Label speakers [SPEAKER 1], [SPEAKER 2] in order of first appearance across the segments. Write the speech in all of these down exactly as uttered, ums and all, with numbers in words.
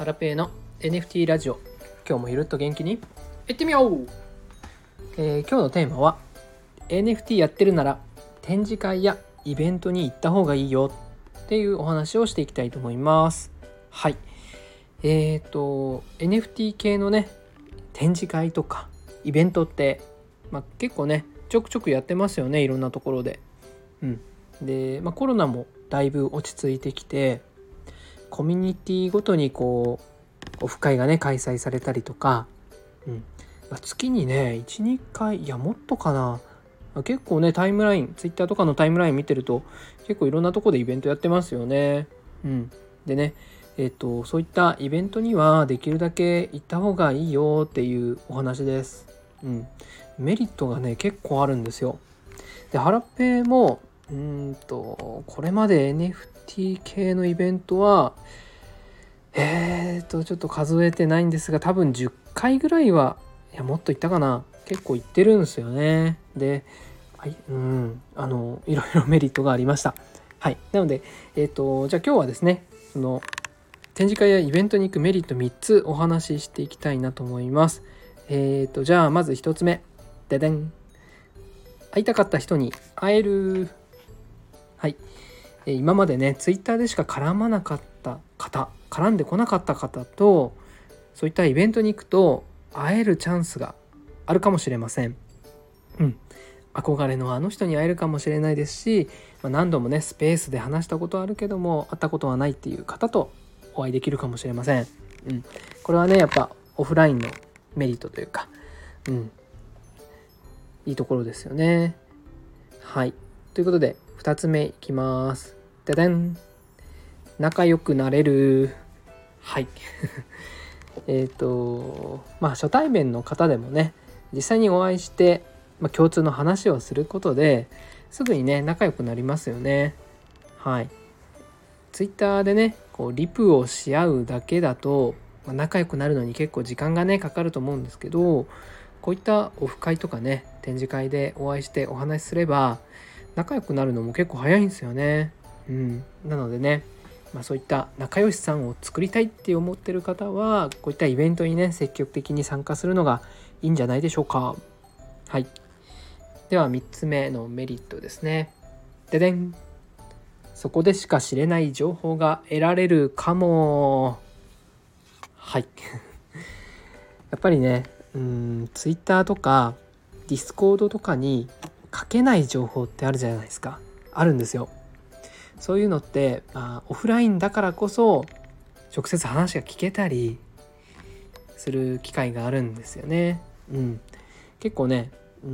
[SPEAKER 1] ラペーの エヌエフティー ラジオ。今日もゆるっと元気にいってみよう、えー、今日のテーマは エヌエフティー やってるなら展示会やイベントに行った方がいいよっていうお話をしていきたいと思います。はい、えーと エヌエフティー 系のね展示会とかイベントって、まあ、結構ねちょくちょくやってますよね、いろんなところで。うんで、まあ、コロナもだいぶ落ち着いてきて、コミュニティごとにこうオフ会がね開催されたりとか、うんまあ、月にね いち,に 回、いやもっとかな、結構ねタイムライン、ツイッターとかのタイムライン見てると結構いろんなとこでイベントやってますよね。うん、でねえっとそういったイベントにはできるだけ行った方がいいよっていうお話です。うん、メリットがね結構あるんですよ。でハラペもうーんとこれまで エヌエフティー 系のイベントはえーとちょっと数えてないんですが、多分じゅっかいぐらいは、いやもっと行ったかな、結構行ってるんですよね。で、はい、うんあのいろいろメリットがありました。はい、なのでえーとじゃあ今日はですね、その展示会やイベントに行くメリットみっつお話ししていきたいなと思います。えーとじゃあまずひとつめ、ででん、会いたかった人に会える。はい、今までねツイッターでしか絡まなかった方、絡んでこなかった方とそういったイベントに行くと会えるチャンスがあるかもしれません。うん、憧れのあの人に会えるかもしれないですし、まあ、何度もねスペースで話したことあるけども会ったことはないっていう方とお会いできるかもしれません。うん、これはねやっぱオフラインのメリットというか、うん、いいところですよね。はい、ということでふたつめいきます。ででん、仲良くなれる。はいえっとまあ初対面の方でもね実際にお会いして、まあ、共通の話をすることですぐにね仲良くなりますよね。はい、ツイッターでねこうリプをし合うだけだと、まあ、仲良くなるのに結構時間がねかかると思うんですけど、こういったオフ会とかね展示会でお会いしてお話しすれば仲良くなるのも結構早いんですよね。うん、なのでね、まあ、そういった仲良しさんを作りたいって思ってる方はこういったイベントにね積極的に参加するのがいいんじゃないでしょうか。はい、ではみっつめのメリットですね。ででん、そこでしか知れない情報が得られるかも。はいやっぱりねうーんツイッターとかディスコードとかに書けない情報ってあるじゃないですか。あるんですよ。そういうのって、まあ、オフラインだからこそ直接話が聞けたりする機会があるんですよね。うん、結構ねうん、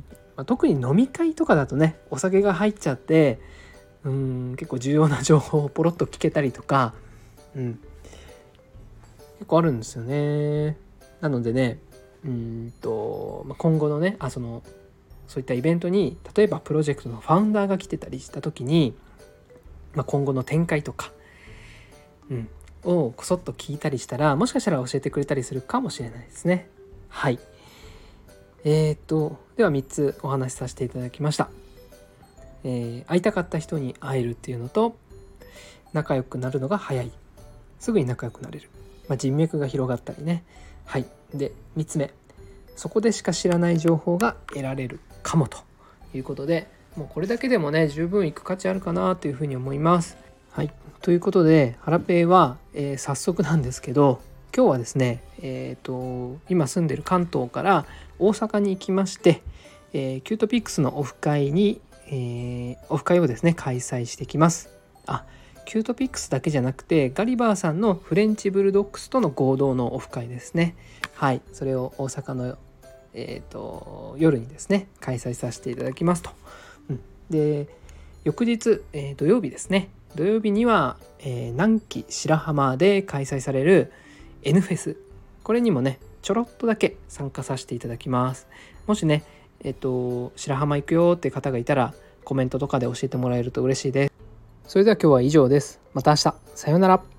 [SPEAKER 1] まあ、特に飲み会とかだとねお酒が入っちゃってうん結構重要な情報をポロッと聞けたりとか、うん、結構あるんですよね。なのでねうんと、まあ、今後のねあそのそういったイベントに例えばプロジェクトのファウンダーが来てたりした時に、まあ、今後の展開とか、うん、をこそっと聞いたりしたらもしかしたら教えてくれたりするかもしれないですね。はい、えー、っとではみっつお話しさせていただきました。えー、会いたかった人に会えるっていうのと仲良くなるのが早い、すぐに仲良くなれる、まあ、人脈が広がったりね。はい、でみっつめ、そこでしか知らない情報が得られるかもということで、もうこれだけでもね十分行く価値あるかなというふうに思います。はい、ということでハラペイは、えー、早速なんですけど今日はですね、えーと、今住んでる関東から大阪に行きまして、えー、キュートピックスのオフ会に、えー、オフ会をですね開催してきます。あ、キュートピックスだけじゃなくてガリバーさんのフレンチブルドッグスとの合同のオフ会ですね。はい、それを大阪の、えーと、夜にですね開催させていただきますと。うん、で翌日、えー、土曜日ですね、土曜日には、えー、南紀白浜で開催される N フェス、これにもねちょろっとだけ参加させていただきます。もしねえっと白浜行くよって方がいたらコメントとかで教えてもらえると嬉しいです。それでは今日は以上です。また明日、さようなら。